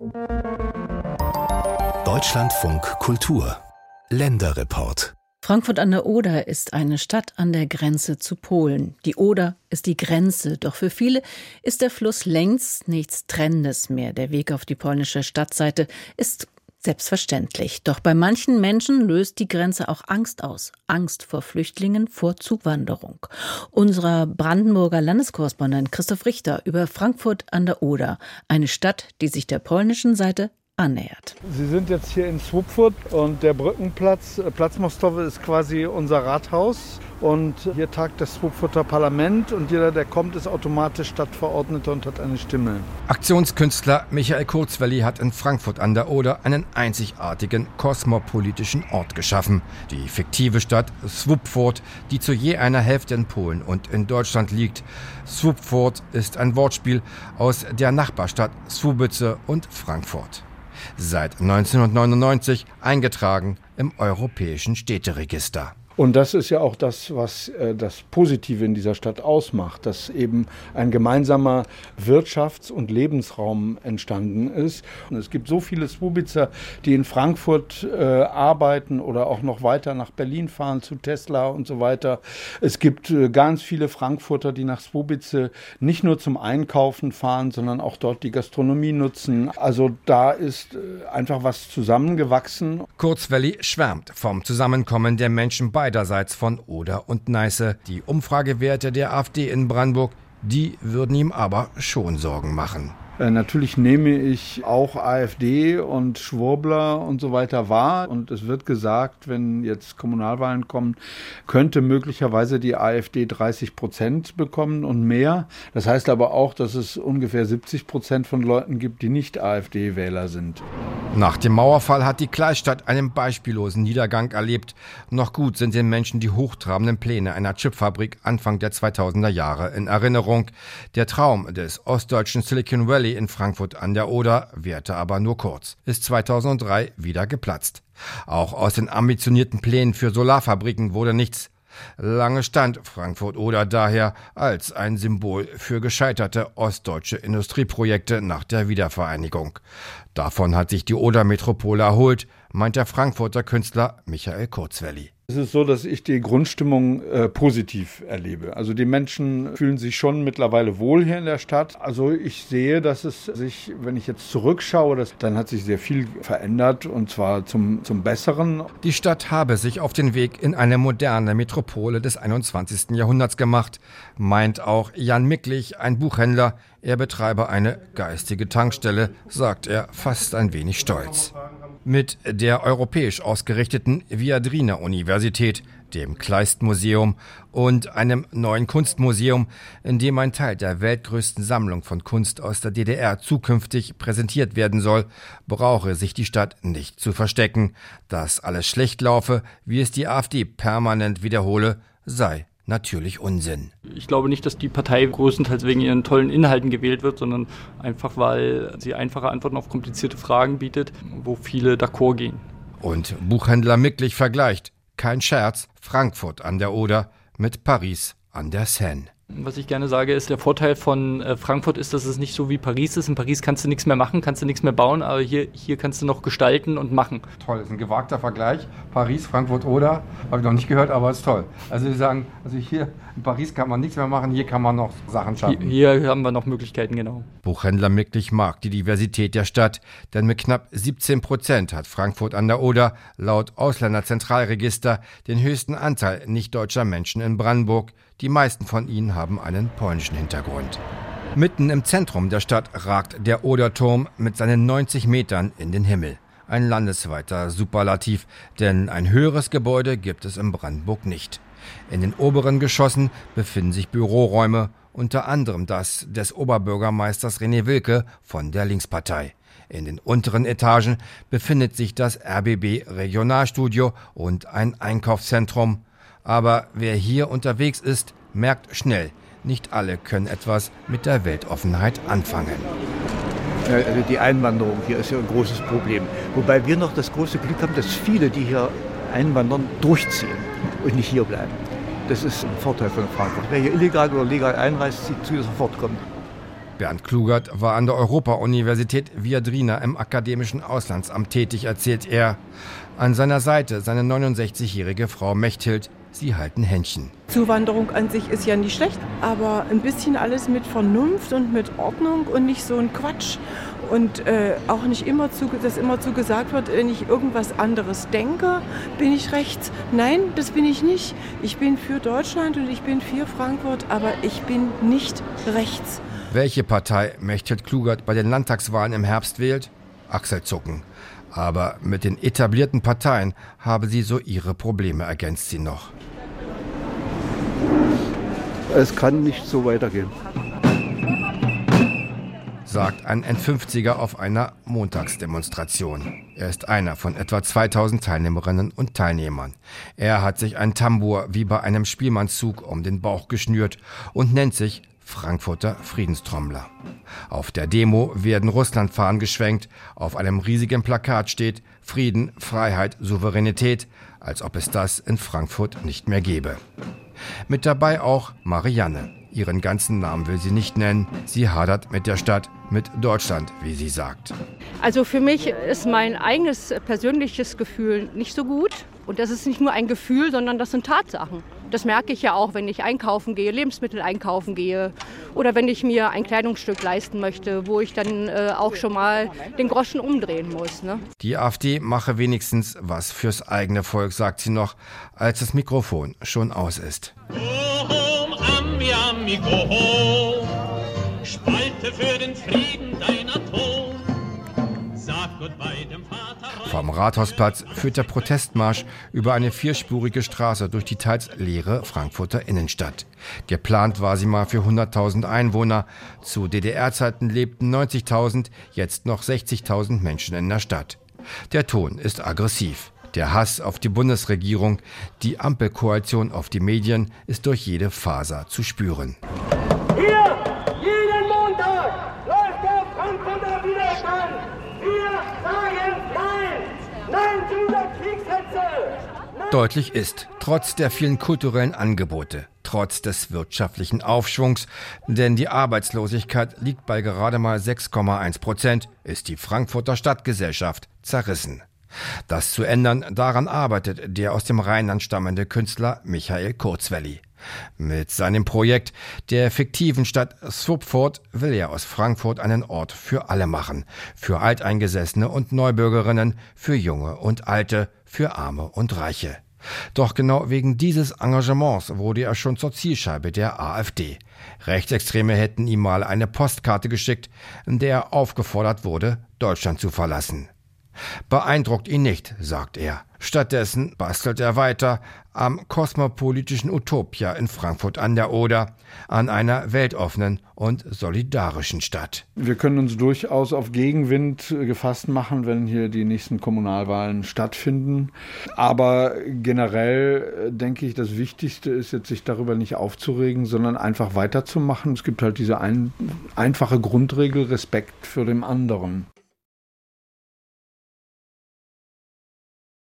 Deutschlandfunk Kultur Länderreport. Frankfurt an der Oder ist eine Stadt an der Grenze zu Polen. Die Oder ist die Grenze, doch für viele ist der Fluss längst nichts Trennendes mehr. Der Weg auf die polnische Stadtseite ist selbstverständlich. Doch bei manchen Menschen löst die Grenze auch Angst aus. Angst vor Flüchtlingen, vor Zuwanderung. Unser Brandenburger Landeskorrespondent Christoph Richter über Frankfurt an der Oder, eine Stadt, die sich der polnischen Seite annähert. Sie sind jetzt hier in Swupfurt und der Brückenplatz, Platz Mostowe, ist quasi unser Rathaus. Und hier tagt das Swupfurter Parlament und jeder, der kommt, ist automatisch Stadtverordneter und hat eine Stimme. Aktionskünstler Michael Kurzwelli hat in Frankfurt an der Oder einen einzigartigen kosmopolitischen Ort geschaffen. Die fiktive Stadt Swupfurt, die zu je einer Hälfte in Polen und in Deutschland liegt. Swupfurt ist ein Wortspiel aus der Nachbarstadt Słubice und Frankfurt. Seit 1999 eingetragen im Europäischen Städteregister. Und das ist ja auch das, was das Positive in dieser Stadt ausmacht, dass eben ein gemeinsamer Wirtschafts- und Lebensraum entstanden ist. Und es gibt so viele Słubicer, die in Frankfurt arbeiten oder auch noch weiter nach Berlin fahren zu Tesla und so weiter. Es gibt ganz viele Frankfurter, die nach Słubice nicht nur zum Einkaufen fahren, sondern auch dort die Gastronomie nutzen. Also da ist einfach was zusammengewachsen. Kurzwelli schwärmt vom Zusammenkommen der Menschen beiderseits von Oder und Neiße. Die Umfragewerte der AfD in Brandenburg, die würden ihm aber schon Sorgen machen. Natürlich nehme ich auch AfD und Schwurbler und so weiter wahr. Und es wird gesagt, wenn jetzt Kommunalwahlen kommen, könnte möglicherweise die AfD 30% bekommen und mehr. Das heißt aber auch, dass es ungefähr 70% von Leuten gibt, die nicht AfD-Wähler sind. Nach dem Mauerfall hat die Kleinstadt einen beispiellosen Niedergang erlebt. Noch gut sind den Menschen die hochtrabenden Pläne einer Chipfabrik Anfang der 2000er Jahre in Erinnerung. Der Traum des ostdeutschen Silicon Valley in Frankfurt an der Oder währte aber nur kurz, ist 2003 wieder geplatzt. Auch aus den ambitionierten Plänen für Solarfabriken wurde nichts. Lange stand Frankfurt-Oder daher als ein Symbol für gescheiterte ostdeutsche Industrieprojekte nach der Wiedervereinigung. Davon hat sich die Oder-Metropole erholt, meint der Frankfurter Künstler Michael Kurzwelli. Es ist so, dass ich die Grundstimmung positiv erlebe. Also die Menschen fühlen sich schon mittlerweile wohl hier in der Stadt. Also ich sehe, dass es sich, wenn ich jetzt zurückschaue, dann hat sich sehr viel verändert und zwar zum Besseren. Die Stadt habe sich auf den Weg in eine moderne Metropole des 21. Jahrhunderts gemacht, meint auch Jan Micklich, ein Buchhändler. Er betreibe eine geistige Tankstelle, sagt er fast ein wenig stolz. Mit der europäisch ausgerichteten Viadrina-Universität, dem Kleist-Museum und einem neuen Kunstmuseum, in dem ein Teil der weltgrößten Sammlung von Kunst aus der DDR zukünftig präsentiert werden soll, brauche sich die Stadt nicht zu verstecken. Dass alles schlecht laufe, wie es die AfD permanent wiederhole, sei natürlich Unsinn. Ich glaube nicht, dass die Partei größtenteils wegen ihren tollen Inhalten gewählt wird, sondern einfach, weil sie einfache Antworten auf komplizierte Fragen bietet, wo viele d'accord gehen. Und Buchhändler Micklich vergleicht, kein Scherz, Frankfurt an der Oder mit Paris an der Seine. Was ich gerne sage, ist, der Vorteil von Frankfurt ist, dass es nicht so wie Paris ist. In Paris kannst du nichts mehr machen, kannst du nichts mehr bauen, aber hier kannst du noch gestalten und machen. Toll, das ist ein gewagter Vergleich. Paris, Frankfurt, Oder, habe ich noch nicht gehört, aber ist toll. Also Sie sagen, hier in Paris kann man nichts mehr machen, hier kann man noch Sachen schaffen. Hier haben wir noch Möglichkeiten, genau. Buchhändler Micklich mag die Diversität der Stadt, denn mit knapp 17% hat Frankfurt an der Oder laut Ausländerzentralregister den höchsten Anteil nicht-deutscher Menschen in Brandenburg. Die meisten von ihnen haben einen polnischen Hintergrund. Mitten im Zentrum der Stadt ragt der Oderturm mit seinen 90 Metern in den Himmel. Ein landesweiter Superlativ, denn ein höheres Gebäude gibt es in Brandenburg nicht. In den oberen Geschossen befinden sich Büroräume, unter anderem das des Oberbürgermeisters René Wilke von der Linkspartei. In den unteren Etagen befindet sich das RBB Regionalstudio und ein Einkaufszentrum. Aber wer hier unterwegs ist, merkt schnell, nicht alle können etwas mit der Weltoffenheit anfangen. Also die Einwanderung hier ist ja ein großes Problem. Wobei wir noch das große Glück haben, dass viele, die hier einwandern, durchziehen und nicht hier bleiben. Das ist ein Vorteil von Frankfurt. Wer hier illegal oder legal einreist, sieht zu, dass er sofort kommt. Bernd Klugert war an der Europa-Universität Viadrina im akademischen Auslandsamt tätig, erzählt er. An seiner Seite seine 69-jährige Frau Mechthild. Sie halten Händchen. Zuwanderung an sich ist ja nicht schlecht, aber ein bisschen alles mit Vernunft und mit Ordnung und nicht so ein Quatsch. Und auch nicht immer dass immerzu gesagt wird, wenn ich irgendwas anderes denke, bin ich rechts. Nein, das bin ich nicht. Ich bin für Deutschland und ich bin für Frankfurt, aber ich bin nicht rechts. Welche Partei Mechthild Klugert bei den Landtagswahlen im Herbst wählt? Achselzucken. Aber mit den etablierten Parteien habe sie so ihre Probleme, ergänzt sie noch. Es kann nicht so weitergehen, sagt ein N50er auf einer Montagsdemonstration. Er ist einer von etwa 2000 Teilnehmerinnen und Teilnehmern. Er hat sich ein Tambour wie bei einem Spielmannszug um den Bauch geschnürt und nennt sich Frankfurter Friedenstrommler. Auf der Demo werden Russlandfahnen geschwenkt. Auf einem riesigen Plakat steht Frieden, Freiheit, Souveränität, als ob es das in Frankfurt nicht mehr gäbe. Mit dabei auch Marianne. Ihren ganzen Namen will sie nicht nennen. Sie hadert mit der Stadt, mit Deutschland, wie sie sagt. Also für mich ist mein eigenes persönliches Gefühl nicht so gut. Und das ist nicht nur ein Gefühl, sondern das sind Tatsachen. Das merke ich ja auch, wenn ich einkaufen gehe, Lebensmittel einkaufen gehe oder wenn ich mir ein Kleidungsstück leisten möchte, wo ich dann auch schon mal den Groschen umdrehen muss. Ne? Die AfD mache wenigstens was fürs eigene Volk, sagt sie noch, als das Mikrofon schon aus ist. Spalte für den Frieden deiner Ton. Sag Goodbye dem Vater. Vom Rathausplatz führt der Protestmarsch über eine 4-spurige Straße durch die teils leere Frankfurter Innenstadt. Geplant war sie mal für 100.000 Einwohner. Zu DDR-Zeiten lebten 90.000, jetzt noch 60.000 Menschen in der Stadt. Der Ton ist aggressiv. Der Hass auf die Bundesregierung, die Ampelkoalition auf die Medien ist durch jede Faser zu spüren. Hier, jeden Montag, läuft der Frankfurter Widerstand. Wir sagen Nein! Nein zu der Kriegshetze! Nein. Deutlich ist, trotz der vielen kulturellen Angebote, trotz des wirtschaftlichen Aufschwungs, denn die Arbeitslosigkeit liegt bei gerade mal 6,1%, ist die Frankfurter Stadtgesellschaft zerrissen. Das zu ändern, daran arbeitet der aus dem Rheinland stammende Künstler Michael Kurzwelli. Mit seinem Projekt der fiktiven Stadt Svupfort will er aus Frankfurt einen Ort für alle machen. Für Alteingesessene und Neubürgerinnen, für Junge und Alte, für Arme und Reiche. Doch genau wegen dieses Engagements wurde er schon zur Zielscheibe der AfD. Rechtsextreme hätten ihm mal eine Postkarte geschickt, in der er aufgefordert wurde, Deutschland zu verlassen. Beeindruckt ihn nicht, sagt er. Stattdessen bastelt er weiter am kosmopolitischen Utopia in Frankfurt an der Oder, an einer weltoffenen und solidarischen Stadt. Wir können uns durchaus auf Gegenwind gefasst machen, wenn hier die nächsten Kommunalwahlen stattfinden. Aber generell denke ich, das Wichtigste ist jetzt, sich darüber nicht aufzuregen, sondern einfach weiterzumachen. Es gibt halt diese einfache Grundregel, Respekt für den anderen.